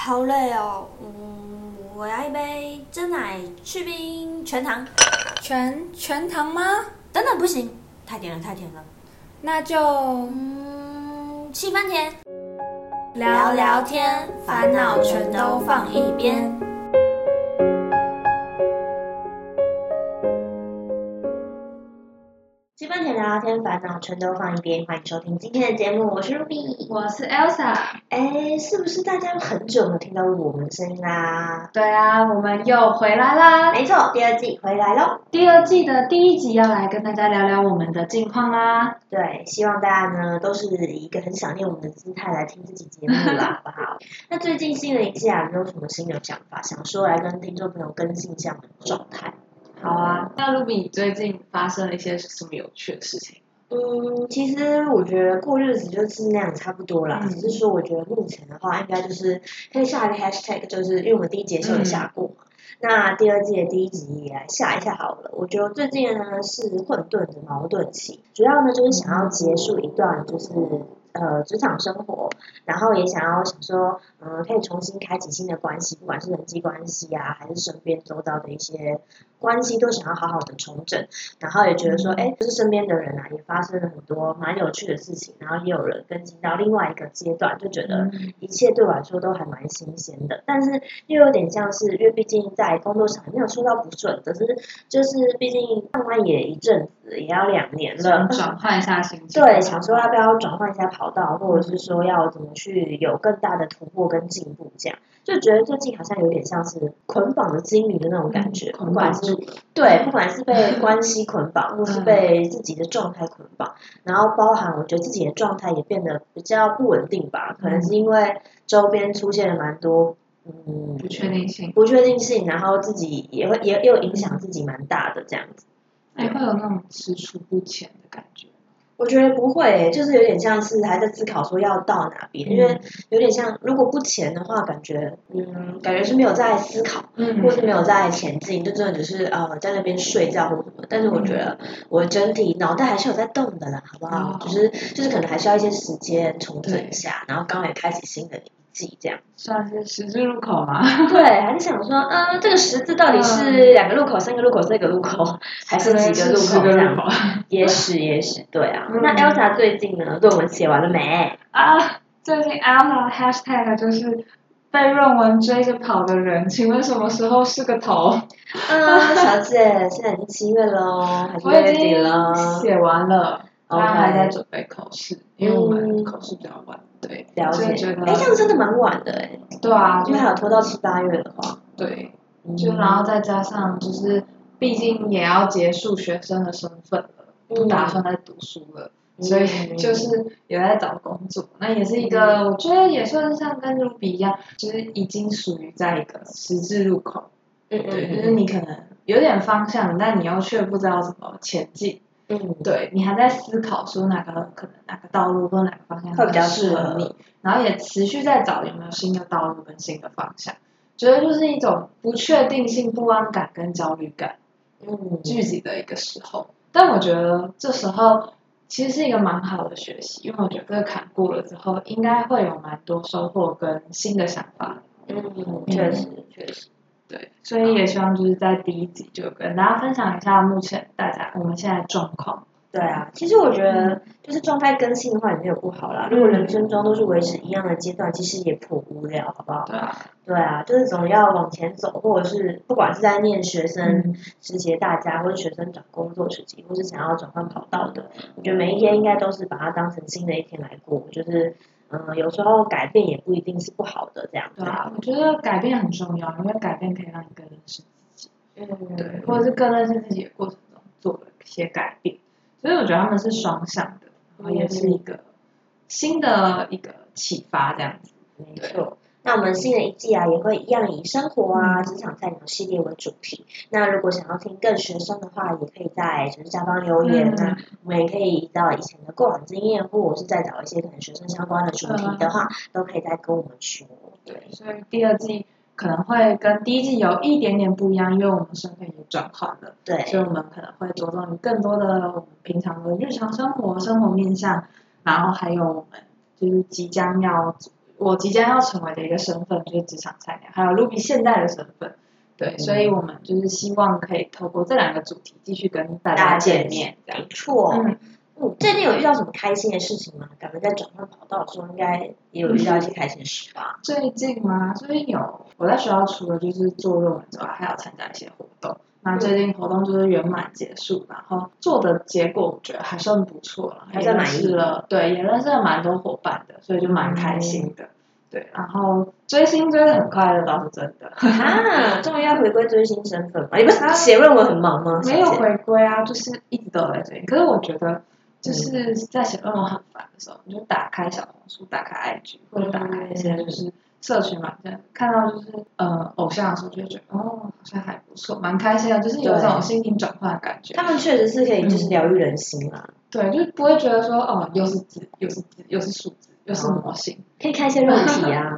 好累哦。我要一杯真奶去冰全糖。 全糖吗？ 等等，不行，太甜了，太甜了。 那就 7分甜。 聊聊天，烦恼全都放一边。 7分甜聊聊天，烦恼全都放一边。欢迎收听今天的节目，我是 Ruby， 我是 Elsa。 是不是大家很久没有听到我们的声音啦？ 对啊，我们又回来啦。 没错，第二季回来咯。 第二季的第一集要来跟大家聊聊我们的近况啦。 对，希望大家呢都是以一个很想念我们的姿态来听这期节目啦，好不好？那最近新的一季啊，有没有什么新的想法，想说来跟听众朋友更新一下我们的状态？ 好啊，那 Ruby 最近发生了一些什么有趣的事情？ 其实我觉得过日子就是那样差不多啦，只是说我觉得目前的话，应该就是可以下一个 hashtag， 就是因为我们第一节是有下过嘛，那第二季的第一集也来下一下好了。我觉得最近呢是混沌的矛盾期，主要呢就是想要结束一段就是职场生活，然后也想说可以重新开启新的关系，不管是人际关系啊，还是身边周遭的一些关系，都想要好好的重整。然后也觉得说，就是身边的人啊，也发生了很多蛮有趣的事情，然后也有人跟进到另外一个阶段，就觉得一切对我来说都还蛮新鲜的。但是又有点像是，因为毕竟在工作上没有说到不顺，可是就是毕竟上班也一阵子，也要2年了， 想转换一下心情。 对，想说要不要转换一下跑道，或者是说要怎么去有更大的突破跟进步，这样就觉得最近好像有点像是捆绑的金鱼的那种感觉，不管是被关系捆绑，或是被自己的状态捆绑，然后包含我觉得自己的状态也变得比较不稳定吧，可能是因为周边出现了蛮多不确定性， 然后自己也有影响自己蛮大的这样子。 会有那种踟蹰不前的感觉？ 我觉得不会，就是有点像是还在思考说要到哪边，因为有点像如果不前的话，感觉是没有在思考，或是没有在前进，就真的只是在那边睡觉或什么。但是我觉得我整体脑袋还是有在动的啦，好不好？就是可能还需要一些时间重整一下，然后刚好也开启新的一季，这样算是十字路口吗？ 对，还是想说，这个十字到底是2个路口、3个路口、4个路口，还是几个路口这样？也是，对啊。那 Elsa 最近呢，论文写完了没？ 最近 Elsa hashtag 就是被论文追着跑的人，请问什么时候是个头？ 小姐，现在已经7月喽，还是月底了？ 我已经写完了， 他还在准备考试，因为我们考试比较晚。对， 了解。 这样真的蛮晚的对啊， 因为还有拖到7、8月的话。 对，然后再加上就是，毕竟也要结束学生的身份了，不打算再读书了，所以就是也在找工作。那也是一个，我觉得也算像跟 Ruby 一样，就是已经属于在一个十字路口。对，就是你可能有点方向，但你又却不知道怎么前进。对，你还在思考说哪个道路或哪个方向会比较适合你，然后也持续在找有没有新的道路跟新的方向，觉得就是一种不确定性、不安感跟焦虑感聚集的一个时候。但我觉得这时候其实是一个蛮好的学习，因为我觉得这个坎过了之后，应该会有蛮多收获跟新的想法。 确实。 对，所以也希望就是在第一集就跟大家分享一下目前我们现在的状况。 对啊，其实我觉得就是状态更新的话也没有不好啦。如果人生中都是维持一样的阶段，其实也颇无聊，好不好？对啊，就是总要往前走，或者是不管是在念学生时期的大家，或者学生找工作时期，或是想要转换跑道的，我觉得每一天应该都是把它当成新的一天来过，就是有时候改变也不一定是不好的这样。 对啊，我觉得改变很重要，因为改变可以让你更认识自己。对，或者是更认识自己的过程中做了一些改变，所以我觉得他们是双向的，然后也是一个新的一个启发这样子。 没错。那我们新的一季啊，也会一样以生活啊、职场菜鸟系列为主题。那如果想要听更学生的话，也可以在就是下方留言。那我们也可以到以前的过往经验，或者是再找一些可能学生相关的主题的话，都可以再跟我们说。 对，所以第二季可能会跟第一季有一点点不一样，因为我们身份也转换了。 对， 所以我们可能会着重于更多的我们平常的日常生活面向，然后还有我们就是即将要我即将要成为的一个身份，就是职场菜鸟，还有 Ruby 现在的身份。对，所以我们就是希望可以透过这2个主题继续跟大家见面，这样。 没错。最近有遇到什么开心的事情吗？感觉在转换跑道的时候，应该也有遇到一些开心的事吧？ 最近吗？最近有，我在学校除了就是做论文之外，还要参加一些活动。那最近活动就是圆满结束，然后做的结果我觉得还算不错了，也认识了，对，也认识了蛮多伙伴的，所以就蛮开心的。对，然后追星追得很快乐倒是真的。 终于要回归追星身份了。你不是写论文很忙吗？ 没有回归啊，就是一直都有在追星。可是我觉得就是在写论文很烦的时候，你就打开小红书，打开 IG，或者打开一些就是社群软件，看到就是偶像的时候，就会觉得好像还不错，蛮开心的，就是有这种心情转换的感觉。 他们确实是可以就是疗愈人心啦。 对，就是不会觉得说又是字，又是字，又是数字，又是模型， 可以看一些肉体啊。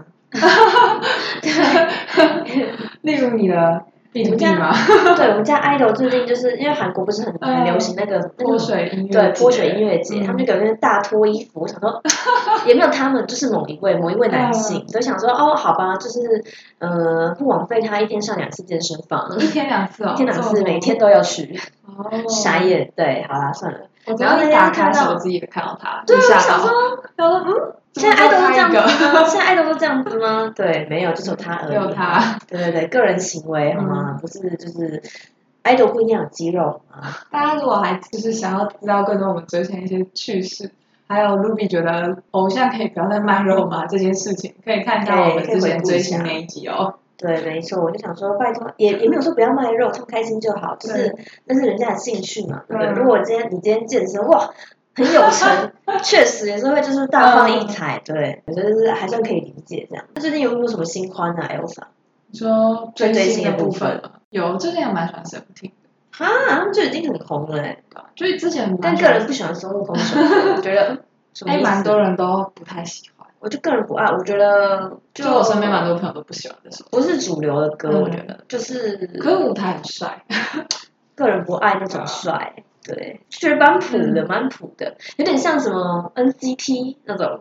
对，例如你的 B2B 吗？ 对，我们家 idol 最近就是因为韩国不是很流行那个泼水音乐对泼水音乐节，他们就有那大脱衣服，我想说也没有他们，就是某一位男性，所以想说好吧，就是不枉费他一天上2次健身房， 一天2次哦， 一天2次，每天都要去，傻眼，对，好啦算了。 然后那天看到手机也看到他， 对，我想说现在 idol 都这样子吗？现在 idol 都这样子吗？对，没有，就只有他而已。 只有他。 对，个人行为好吗？不是就是 idol 不一定要有肌肉好吗？ 大家如果还就是想要知道更多我们追星的一些趣事，还有 Ruby 觉得偶像可以不要再卖肉吗这件事情，可以看一下我们之前追星那一集哦。 对，没错，我就想说，拜托，也没有说不要卖肉，他们开心就好，就是那是人家的兴趣嘛，对不对？如果你今天健身，哇，很有成，确实也是会就是大放异彩，对，我觉得是还算可以理解这样。那最近有没有什么新欢啊 ，Elsa？ 你说追星的部分有，最近也蛮喜欢Seventeen的。 他们就已经很红了就是之前但个人不喜欢松木风手，我觉得蛮多人都不太喜欢。 我就个人不爱，我觉得就我身边蛮多朋友都不喜欢的时候， 不是主流的歌，我觉得就是， 可是舞台很帅， 个人不爱那种帅，对，就觉得蛮普的，有点像什么 NCT 那种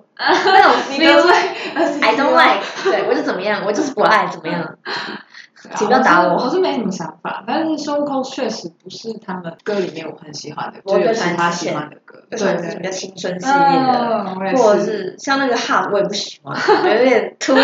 feel，I don't like， 对我就怎么样，我就是不爱怎么样。请不要打我。 我是没什么想法，但是孙悟空确实不是他们歌里面我很喜欢的，就有其他喜欢的歌， 对对，比较青春系列的，或者是像那个 Hard 我也不喜欢，有点 too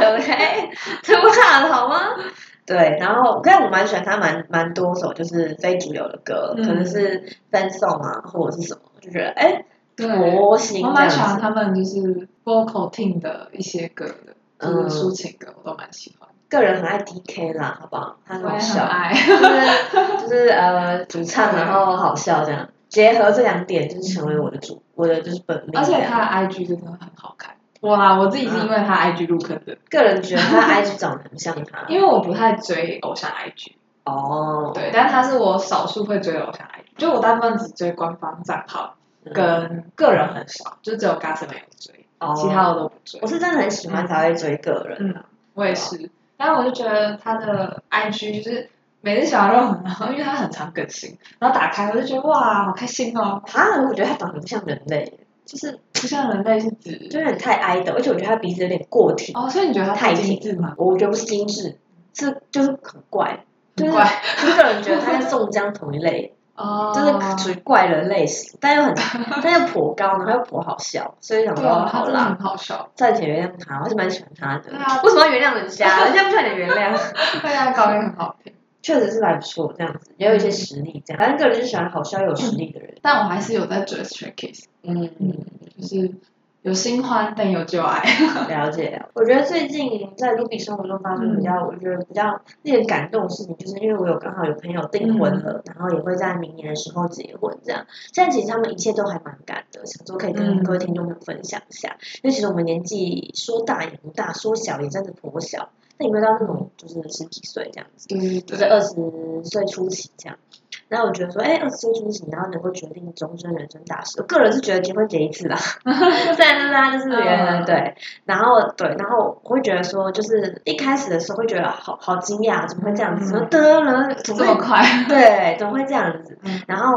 hard，OK，too hard 好吗？对，然后我蛮喜欢他蛮多首就是非主流的歌，可能是 fan song 啊或者是什么，就觉得佛心。 我蛮喜欢他们就是 vocal team 的一些歌的，就是抒情歌我都蛮喜欢。 个人很爱 DK 啦，好不好？他很好笑，就是主唱然后好笑这样，结合这2点就是成为我的就是本命。 而且他的 IG 真的很好看。哇，我自己是因为他 IG 入坑的。 个人觉得他 IG 长得很像他。 因为我不太追偶像 IG。 哦。 对，但他是我少数会追的偶像 IG，就我大部分只追官方账号，跟个人很少，就只有 Gossip 没有追，其他我都不追。 我是真的很喜欢才会追个人。 我也是。但我就觉得他的 IG 就是每次小肉很好，因为他很常更新，然后打开我就觉得哇，好开心哦。 我觉得他长得不像人类，就是不像人类是指， 就是很太哀的，而且我觉得他鼻子有点过挺。 所以你觉得他太精致吗？ 我觉得不是精致，就是很怪， 很怪。 就是个人觉得他跟宋江同一类。就是属于怪人类型，但又颇高，然后又颇好笑，所以想说好啦， 很好笑， 暂且原谅他，我是蛮喜欢他的。为什么要原谅人家？人家不需要你的原谅。 对啊，高音很好听， 确实是还不错，这样子也有一些实力，这样。反正个人就喜欢好笑又有实力的人。 但我还是有在追 Stray Kids，就是有新欢但有旧爱。 了解。我觉得最近在 Ruby 生活中发生我觉得比较令人感动的事情，就是因为我刚好有朋友订婚了，然后也会在明年的时候结婚，这样。现在其实他们一切都还蛮赶的，想说可以跟各位听众们分享一下，因为其实我们年纪说大也不大，说小也真的颇小，但也没有到那种就是10几岁这样子，就是20岁初期这样。然后我觉得说，20岁初期，然后能够决定终身人生大事，我个人是觉得结婚结一次啦，就是对，然后我会觉得说，就是一开始的时候会觉得好惊讶，怎么会这样子？怎么这么快？ 对，怎么会这样子？然后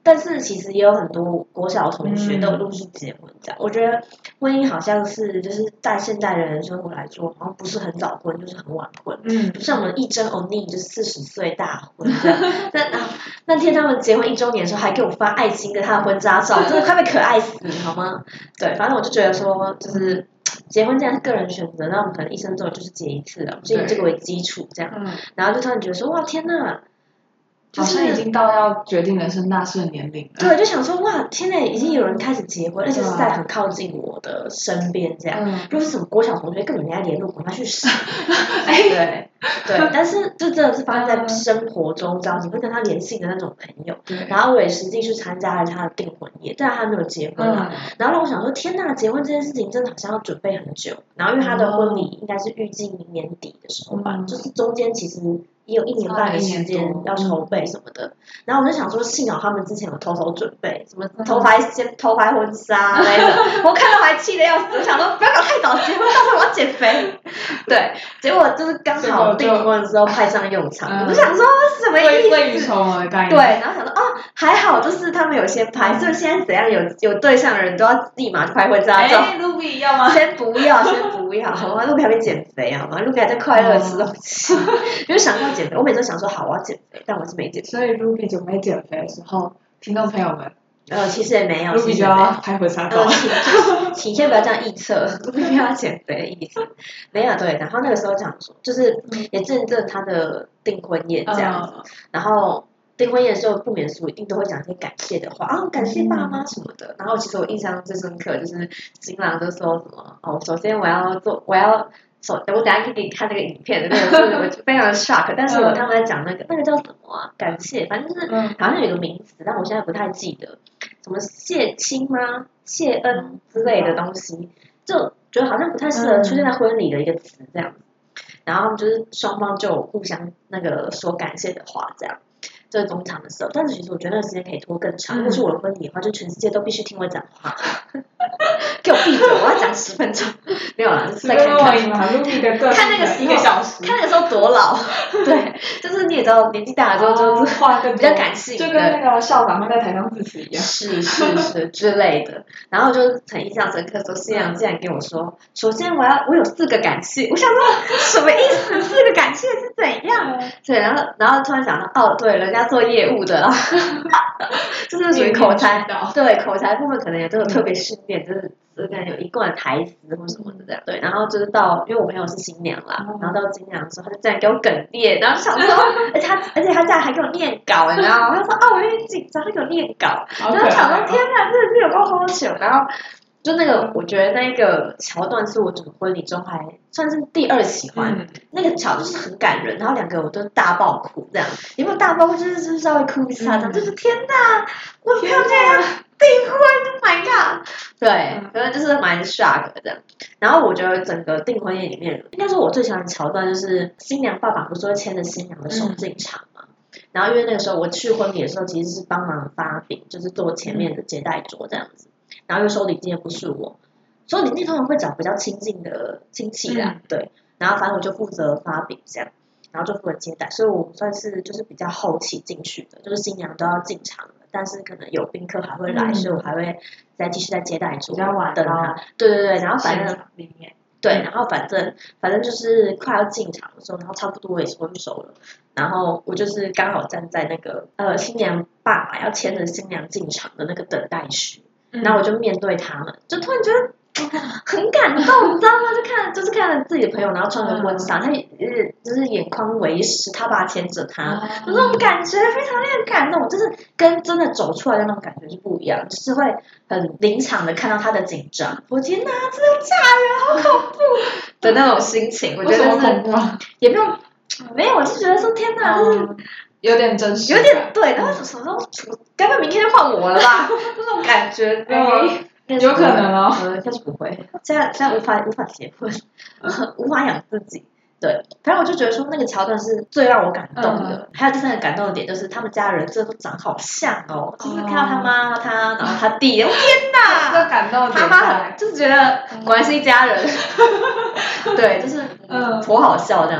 但是其实也有很多国小同学都有陆续结婚这样。我觉得婚姻好像是就是在现代人的生活来说，好像不是很早婚，就是很晚婚。不像我们一真欧尼就是40岁大婚这样。那天他们结婚1周年的时候，还给我发爱心跟他的婚纱照，真的快被可爱死好吗？对，反正我就觉得说，就是结婚这样是个人选择，那我们可能一生中就是结一次了，就以这个为基础这样。然后就突然觉得说，哇天哪！ 好像已经到要决定人生大事的年龄了。 对，就想说哇，天哪，已经有人开始结婚，而且是在很靠近我的身边这样。如果是什么国小同学，根本没在联络，管他去死。对，但是就真的是发生在生活中，这样子会跟他联系的那种朋友。然后我也实际去参加了他的订婚宴，但他还没有结婚啊。然后让我想说，天哪，结婚这件事情真的好像要准备很久。然后因为他的婚礼应该是预计明年底的时候吧，就是中间其实也有1年半的时间要筹备什么的。然后我就想说，幸好他们之前有偷偷准备，什么先偷拍婚纱那种，我看到还气得要死，我想说不要搞太早结婚，到时候我要减肥。对，结果就是刚好订婚的时候派上用场，我就想说什么意思？ 未雨绸缪的概念。 对，然后想说还好就是他们有先拍，所以现在怎样有对象的人都要立马去拍婚纱照。 Ruby 要吗？ 先不要，好吗？Ruby 还没减肥好吗？Ruby 还在快乐吃东西，就是想要减肥。我每次都想说好我要减肥，但我是没减肥。 所以 Ruby 准备减肥的时候，听众朋友们， 其实也没有 ，Ruby 就要拍婚纱照。 请先不要这样臆测，Ruby 要减肥的意思。没有对，然后那个时候讲说，就是也见证他的订婚宴这样子，然后。订婚宴的时候不免俗一定都会讲一些感谢的话感谢爸妈什么的。然后其实我印象最深刻就是新郎就说什么首先我等下给你看那个影片的那个是我非常的 shock， 但是他们在讲那个叫什么感谢，反正就是好像有一个名词，但我现在不太记得，什么谢亲吗？谢恩之类的东西，就觉得好像不太适合出现在婚礼的一个词这样子。然后他们就是双方就互相那个说感谢的话这样。这个中场的时候，但是其实我觉得那个时间可以拖更长。如果是我的婚礼的话，就全世界都必须听我讲话，给我闭嘴！我要讲10分钟，没有啦，就是在看那个 1个小时， 看那个时候多老，对，就是你也知道年纪大了之后就是话更比较感性， 就跟那个校长会在台上致辞一样， 是之类的。然后就很印象深刻，说新娘竟然跟我说，首先我有4个感谢，我想说什么意思？4个感谢是怎样？对，然后突然想到，对，人家做业务的，就是属于口才，对，口才部分可能也都有特别训练，就是可能有一贯台词或什么的这样。对，然后就是因为我朋友是新娘啦，然后到新娘的时候，他就这样给我哽咽，然后就想说，而且他这样还给我念稿，你知道吗？他说我有点紧张，他给我念稿，然后想说天哪，真的是有够好糗，然后。就那个，我觉得那个桥段是我整个婚礼中还算是第2喜欢，那个桥就是很感人，然后2个我都大爆哭这样，有没有大爆哭？就是稍微哭一下，就是天哪，我的漂亮订婚 ，Oh my god！ 对，可能就是蛮 shock 的这样。然后我觉得整个订婚宴里面，应该说我最喜欢的桥段就是新娘爸爸不是会牵着新娘的手进场嘛。然后因为那个时候我去婚礼的时候，其实是帮忙发饼，就是做前面的接待桌这样子。然后又收礼金也不是我，收礼金通常会找比较亲近的亲戚啦，对。然后反正我就负责发饼这样，然后就负责接待，所以我算是就是比较后期进去的，就是新娘都要进场了，但是可能有宾客还会来，所以我还会再继续在接待桌比较晚等他。对，然后反正里面。 对，然后反正就是快要进场的时候，然后差不多我也是婚熟了，然后我就是刚好站在那个新娘爸爸要牵着新娘进场的那个等待区。然后我就面对他们，就突然觉得很感动，你知道吗？就是看着自己的朋友，然后穿着婚纱，他就是眼眶为湿，他爸牵着他，那种感觉非常令人感动，就是跟真的走出来的那种感觉是不一样，就是会很临场的看到他的紧张，我天哪，这要嫁人，好恐怖的那种心情，我觉得恐怖也没有，我就觉得说天哪，就是有点真实， 有点对，然后什么该不会明天就换我了吧？那种感觉， 有可能哦。 应该是不会，现在无法结婚，无法养自己。对，反正我就觉得说那个桥段是最让我感动的。还有第3个感动的点就是他们家人真的都长好像哦，就是看到他妈他，然后他弟，我天哪！ 这感动的点， 他妈就是觉得果然是一家人。对，就是颇好笑这样子。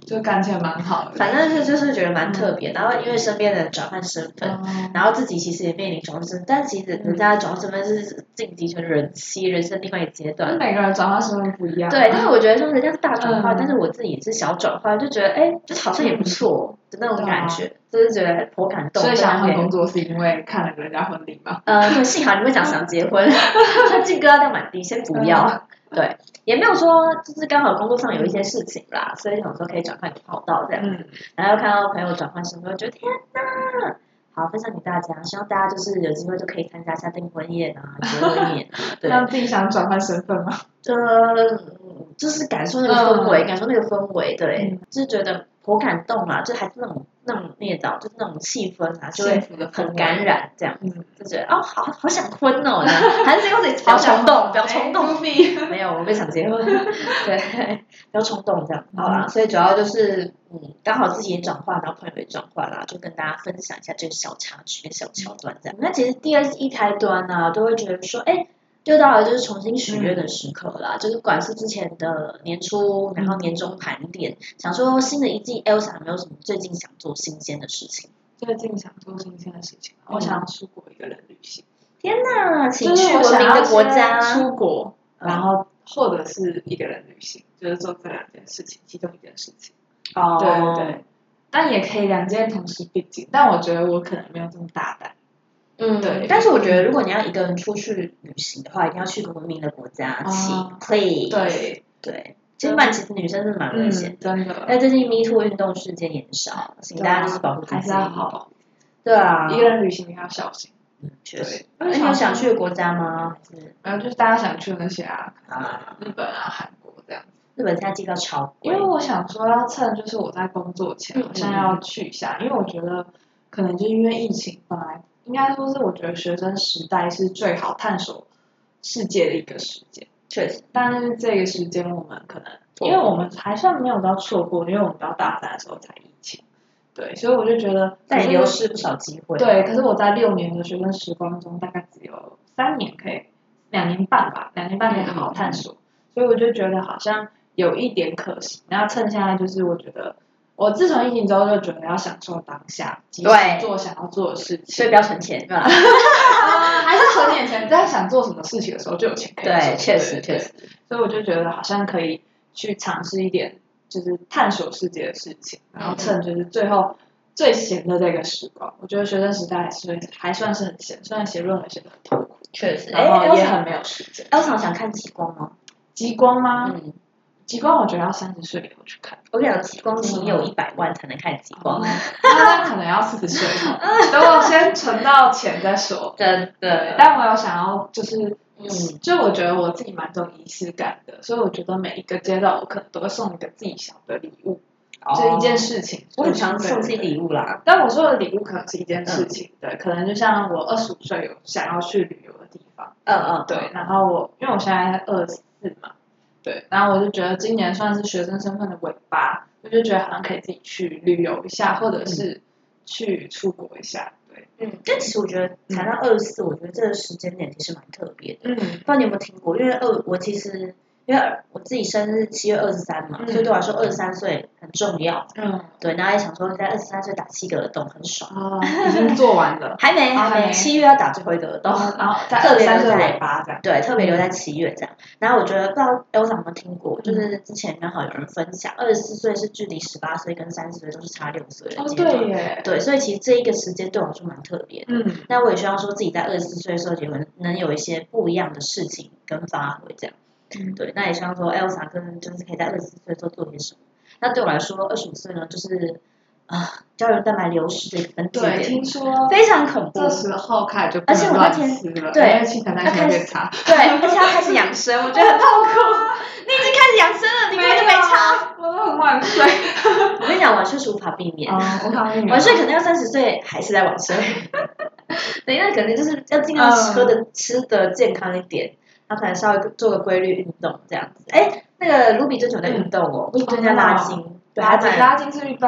就感情蛮好的。 反正就是觉得蛮特别，然后因为身边的人转换身份，然后自己其实也面临转换身份，但其实人家的转换身份是晋级成人妻，人生另外一个阶段。 每个人转换身份不一样。 对，但是我觉得说人家是大转换，但是我自己也是小转换，就觉得就好像也不错的那种感觉，就是觉得颇感动。 所以想换工作是因为看了人家婚礼吗？ 对，幸好你会想结婚，他进歌调蛮低，先不要。对，也没有说就是刚好工作上有一些事情啦，所以想说可以转换跑道这样子，然后又看到朋友转换身份，觉得天哪！好，分享给大家，希望大家就是有机会就可以参加下订婚宴啊、结婚宴啊，对。 让自己想转换身份吗？ 就是感受那个氛围，感受那个氛围，对，就是觉得颇感动啊，就还是那种念叨，就是那种气氛啊，就会很感染这样，就觉得好想婚哦，还是因为不要冲动，不要冲动，没有，我不想结婚，对，不要冲动这样，好啦，所以主要就是刚好自己也转换，然后朋友也转换啦，就跟大家分享一下这个小插曲跟小桥段这样。那其实第二一开端呢，都会觉得说，又到了就是重新许愿的时刻啦，就是不管是之前的年初，然后年终盘点，想说新的一季 Elsa 有没有什么最近想做新鲜的事情？ 最近想做新鲜的事情，我想要出国一个人旅行。 天哪，请去文明的国家， 出国，然后或者是一个人旅行，就是做这两件事情，其中一件事情。对，但也可以两件同时并进，但我觉得我可能没有这么大胆。对， 但是我觉得如果你要一个人出去旅行的话，一定要去个文明的国家，please。对，其实女生是蛮危险， 真的。 但最近 Me Too 运动事件也少，请大家就是保护自己， 还是要好。 对啊， 一个人旅行你要小心。 确实。那你有想去的国家吗？ 没有，就是大家想去的那些日本啊、韩国这样子。 日本现在机票超贵。 因为我想说要趁就是我在工作前，好像要去一下，因为我觉得可能就是因为疫情，本来应该说是我觉得学生时代是最好探索世界的一个时间。 确实。 但是这个时间我们可能，因为我们还算没有到错过，因为我们到大三的时候才疫情。对，所以我就觉得， 但也流失不少机会。 对，可是我在6年的学生时光中，大概只有3年可以，2年半吧，2年半可以好好探索，所以我就觉得好像有一点可惜。然后趁现在，就是我觉得，我自从疫情之后就觉得要享受当下，及时做想要做的事情， 所以不要存钱，对吧？ 还是存点钱，在想做什么事情的时候就有钱可以做。 对，确实。 所以我就觉得好像可以去尝试一点。就是探索世界的事情，然后趁就是最后最闲的这个时光，我觉得学生时代还算是很闲，虽然写论文写得很痛苦， 确实， 然后也很没有时间。 Elsa 想看极光吗？ 极光吗？极光我觉得要30岁以后去看。 我跟你讲，极光请有100万才能看极光， 那可能要40岁后，等我先存到钱再说。 真的， 但我有想要就是。就我觉得我自己蛮重仪式感的，所以我觉得每一个阶段我可能都会送一个自己小的礼物，这一件事情。 我很常送自己礼物啦， 但我说的礼物可能是一件事情，对，可能就像我25岁有想要去旅游的地方，对，然后因为我现在24嘛，对，然后我就觉得今年算是学生身份的尾巴，我就觉得好像可以自己去旅游一下，或者是去出国一下。 但其实我觉得谈到24，我觉得这个时间点其实蛮特别的。不知道你有没有听过？因为我其实因为我自己生日7月23嘛，所以对我来说23岁很重要。对，然后也想说在23岁打7个耳洞很爽。 已经做完了。 还没，7月要打最后一个耳洞， 然后特别留在尾巴这样。 对，特别留在7月这样。然后我觉得不知道 Elsa 有没有听过，就是之前刚好有人分享，24岁是距离18岁跟30岁都是差6岁的阶段。 对耶。 对，所以其实这一个时间对我来说蛮特别的。那我也希望说自己在24岁的时候能有一些不一样的事情跟发挥这样。对，那也希望说 Elsa 就是可以在24岁的时候做点什么。那对我来说25岁呢，就是胶原蛋白流失的一个分界点。 对，听说非常恐怖。 这时候开始就不能乱吃了， 对， 因为新陈代谢变差。 对，而且要开始养生，我觉得很痛苦。你已经开始养生了，你根本就没差。 我都很晚睡。 我跟你讲，晚睡是无法避免。 无法避免。 晚睡可能要30岁还是在晚睡。等一下可能就是要尽量吃的健康一点。他可能稍微做个规律运动这样子。那个 Ruby 最近有在运动哦，Ruby 最近在拉筋，对， 拉筋是运动。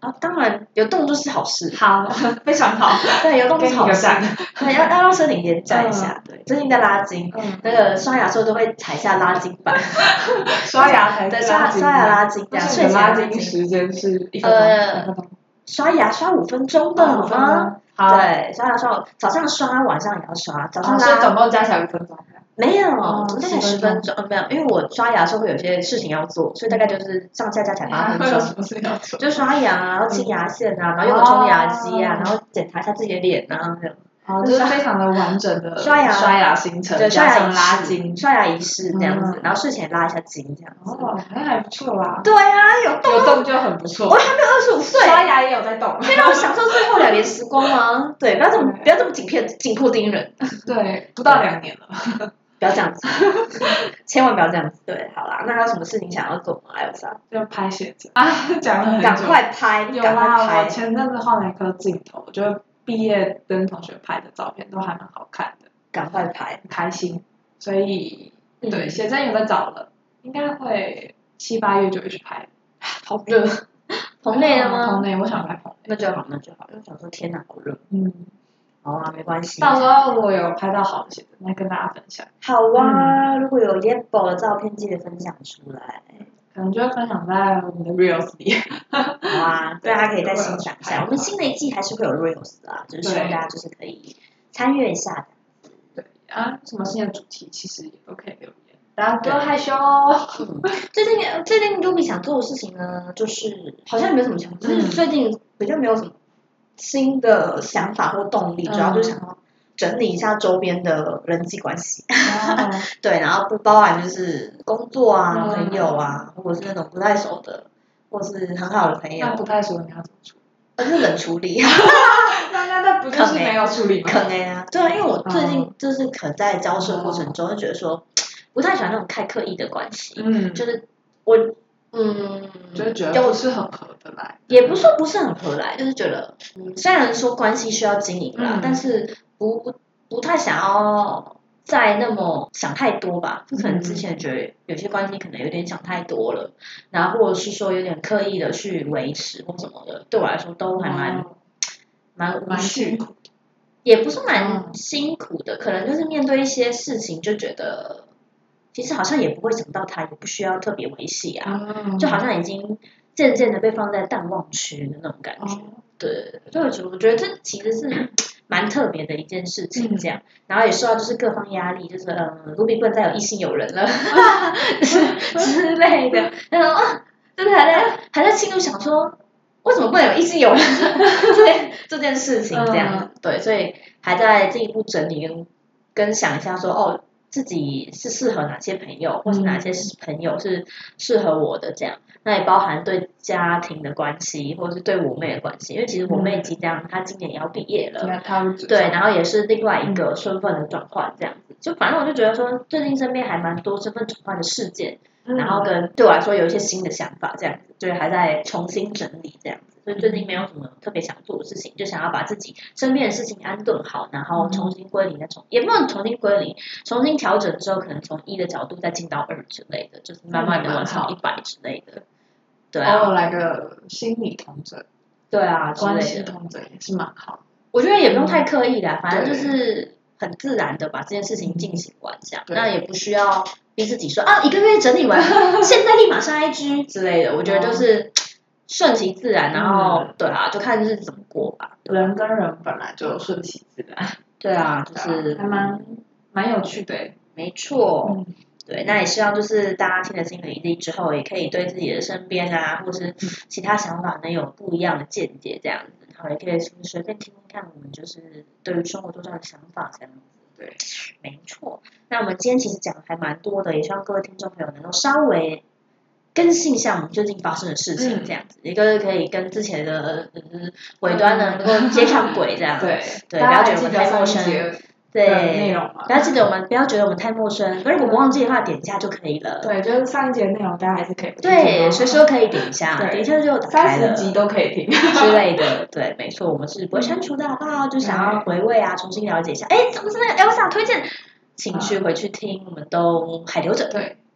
啊，当然有动就是好事。 好，非常好。 对，有动就是好事。 给你个赞对，要让身体连站一下。对，最近在拉筋，那个刷牙的时候都会踩下拉筋板。 刷牙才对，刷牙拉筋这样，睡前拉筋时间是1分钟。 刷牙刷5分钟的好吗？ 好。 对，刷牙刷早上刷，晚上也要刷。早上所以总共加起来5分钟。 没有，大概10分钟。没有，因为我刷牙的时候会有些事情要做，所以大概就是上下加起来8分钟。 有什么事要做？ 就刷牙，然后清牙线啊，然后用个冲牙机啊，然后检查一下自己的脸啊，这样。 就是非常的完整的刷牙行程， 对， 加上拉筋， 刷牙仪式这样子，然后睡前拉一下筋这样子。 那还不错啦。 对啊，有动就很不错。 我还没有25岁， 刷牙也有在动， 可以让我享受最后2年时光吗？对，不要这么紧迫盯人。 对，不到2年了。 不要这样子，千万不要这样子。对，好啦，那还有什么事情想要做吗？艾尔莎？ 就拍写真啊，讲了很久。 赶快拍， 有啦，我前阵子换了一颗镜头，就毕业跟同学拍的照片都还蛮好看的。 赶快拍， 很开心。所以对，写真有在找了，应该会7、8月就会去拍。 好热，棚内的吗？ 棚内，我想拍棚内。 那就好，因为想说天哪，好热。好啊，没关系。 到时候如果有拍到好的写真，再跟大家分享。 好啊，如果有 Yebo 的照片，记得分享出来。 可能就会分享在我们的 Reels 里。 好啊，大家可以再欣赏一下。我们新的一季还是会有 Reels 的啊，就是希望大家就是可以参与一下的。 对啊，什么新的主题其实也都可以留言。大家不要害羞哦。 最近 Ruby 想做的事情呢，就是好像也没有什么想，就是最近比较没有什么新的想法或动力，主要就是想要整理一下周边的人际关系。对，然后不包含就是工作啊、朋友啊，或者是那种不太熟的，或是很好的朋友。 那不太熟，你要怎么处理？ 就是冷处理。 那不就是没有处理吗？ 坑啊！对啊，因为我最近就是可能在交涉过程中，就觉得说不太喜欢那种太刻意的关系。就是我就是觉得不是很合得来。 也不是说不是很合来，就是觉得虽然说关系需要经营啦，但是不太想要再那么想太多吧。就可能之前觉得有些关系可能有点想太多了，然后或者是说有点刻意的去维持或什么的，对我来说都还蛮辛苦， 也不是蛮辛苦的，可能就是面对一些事情就觉得，其实好像也不会想到它，也不需要特别维系啊，就好像已经渐渐的被放在淡忘区的那种感觉。对，所以我觉得这其实是蛮特别的一件事情，这样，然后也受到就是各方压力，就是Ruby 不能再有异性友人了之类的，然后就是还在心里想说。为什么不能有异性友人这件事情这样子？对，所以还在进一步整理跟想一下说，自己是适合哪些朋友，或是哪些朋友是适合我的这样。那也包含对家庭的关系，或者是对我妹的关系，因为其实我妹即将她今年也要毕业了，对，然后也是另外一个身份的转换这样子。就反正我就觉得说，最近身边还蛮多身份转换的事件。然后对我来说有一些新的想法，这样子，就是还在重新整理这样子，所以最近没有什么特别想做的事情，就想要把自己身边的事情安顿好，然后重新归零，也不能重新归零，重新调整之后，可能从1的角度再进到2之类的，就是慢慢的往上100之类的。对啊， 偶尔来个心理统整， 对啊， 关系统整也是蛮好。 我觉得也不用太刻意啦，反正就是很自然的把这件事情进行完，这样，那也不需要。逼自己说1个月整理完，现在立马上 IG 之类的，我觉得就是顺其自然，然后对啊，就看日子怎么过吧。 人跟人本来就顺其自然。 对啊，就是还蛮有趣的。 没错。对，那也希望就是大家听了心理力之后，也可以对自己的身边啊，或是其他想法能有不一样的见解，这样子，然后也可以随便听听看我们就是对于生活多少的想法这样子。对，没错。那我们今天其实讲的还蛮多的，也希望各位听众朋友能够稍微更新一下我们最近发生的事情，这样子，一个可以跟之前的尾端呢能够接上轨，这样。对，不要觉得我们太陌生。对， 内容嘛， 不要觉得我们太陌生，如果不忘记的话，点一下就可以了。 对，就是上一集的内容，大家还是可以。 对，随时都可以点一下，点一下就打开了。 30集都可以听之类的，对，没错，我们是不会删除的，好不好？就想要回味啊，重新了解一下，怎么是那个 Elsa 推荐，请去回去听，我们都还留着。 对，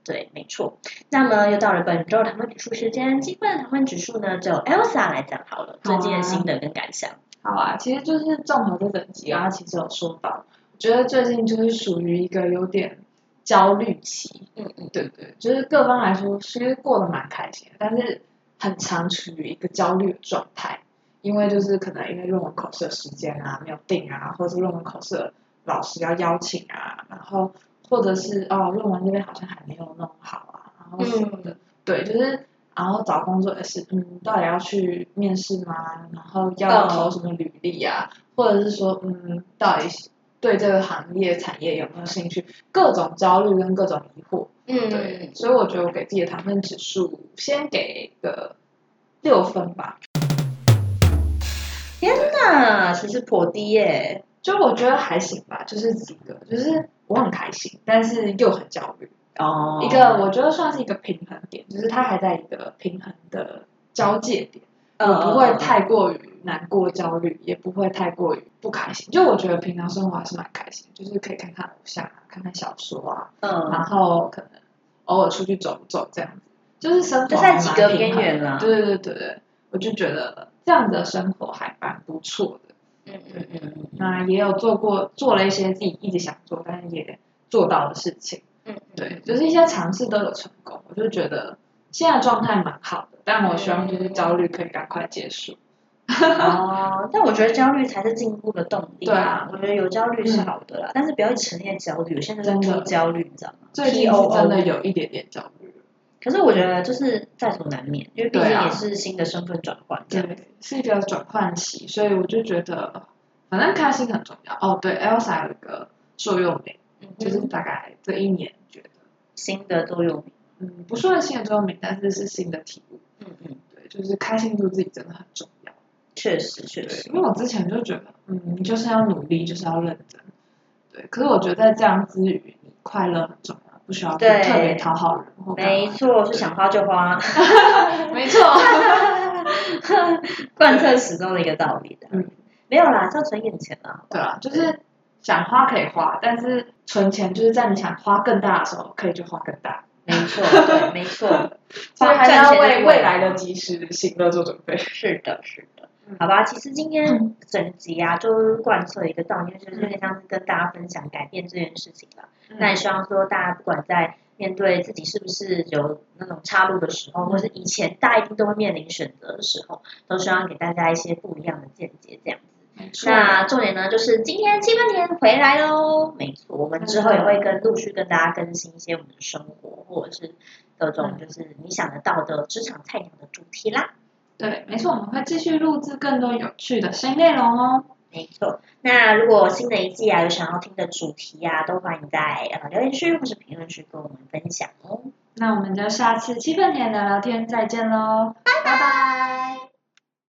对，没错。那么又到了本周糖分指数时间，今天的糖分指数呢，就 Elsa 来讲好了，最近的心得跟感想。 好啊，其实就是综合这整集，刚刚其实有说到，我觉得最近就是属于一个有点焦虑期，对，就是各方来说其实过得蛮开心的，但是很常处于一个焦虑的状态，因为就是可能因为论文口试的时间啊没有定啊，或者是论文口试的老师要邀请啊，然后或者是论文这边好像还没有弄好啊，然后什么的，对，就是然后找工作也是，到底要去面试吗？然后要投什么履历啊？或者是说，到底对这个行业产业有没有兴趣？各种焦虑跟各种疑惑，对，所以我觉得我给自己的糖分指数先给个6分吧。 天哪，其实颇低耶。 就我觉得还行吧，就是几个，就是我很开心，但是又很焦虑。一个我觉得算是一个平衡点，就是它还在一个平衡的交界点，我不会太过于难过焦虑，也不会太过于不开心。就我觉得平常生活还是蛮开心，就是可以看看偶像啊，看看小说啊，然后可能偶尔出去走走这样子，就是生活还蛮平衡的。就在几个边缘啦。对，我就觉得这样的生活还蛮不错的。那也有做了一些自己一直想做，但是也做到的事情。对，就是一些尝试都有成功，我就觉得现在状态蛮好的，但我希望就是焦虑可以赶快结束。 但我觉得焦虑才是进步的动力。 对啊， 我觉得有焦虑是好的啦，但是不要一直沉溺焦虑，有些人就是突焦虑，你知道吗？ 最近是真的有一点点焦虑。 可是我觉得就是在所难免，因为毕竟也是新的身份转换， 对，是一个转换期，所以我就觉得反正开心很重要。对 ，Elsa 有一个座右铭，就是大概这1年觉得新的座右铭， 不算新的座右铭，但是是新的体悟。对，就是开心做自己真的很重要。 确实， 因为我之前就觉得，你就是要努力，就是要认真。对，可是我觉得在这样之余，你快乐很重要，不需要去特别讨好人或干嘛。 没错，是想花就花。 没错。 贯彻始终的一个道理的。没有啦，是要存眼钱啦。 对啊，就是想花可以花，但是存钱就是在你想花更大的时候，可以就花更大。 没错，对，没错。 所以还是要为未来的及时行乐做准备。 是的。好吧，其实今天整集啊，就是贯彻一个道理，就是有点像是跟大家分享改变这件事情吧。那也希望说大家不管在面对自己是不是有那种岔路的时候，或是以前大家一定都会面临选择的时候，都希望给大家一些不一样的见解，这样子。那重点呢，就是今天7分甜回来喽。没错，我们之后也会陆续跟大家更新一些我们的生活，或者是各种就是你想得到的职场菜鸟的主题啦。 对，没错，我们会继续录制更多有趣的新内容哦。 没错，那如果新的一季啊有想要听的主题啊，都欢迎在留言区或是评论区跟我们分享哦。 那我们就下次7分甜聊聊天再见喽，拜拜。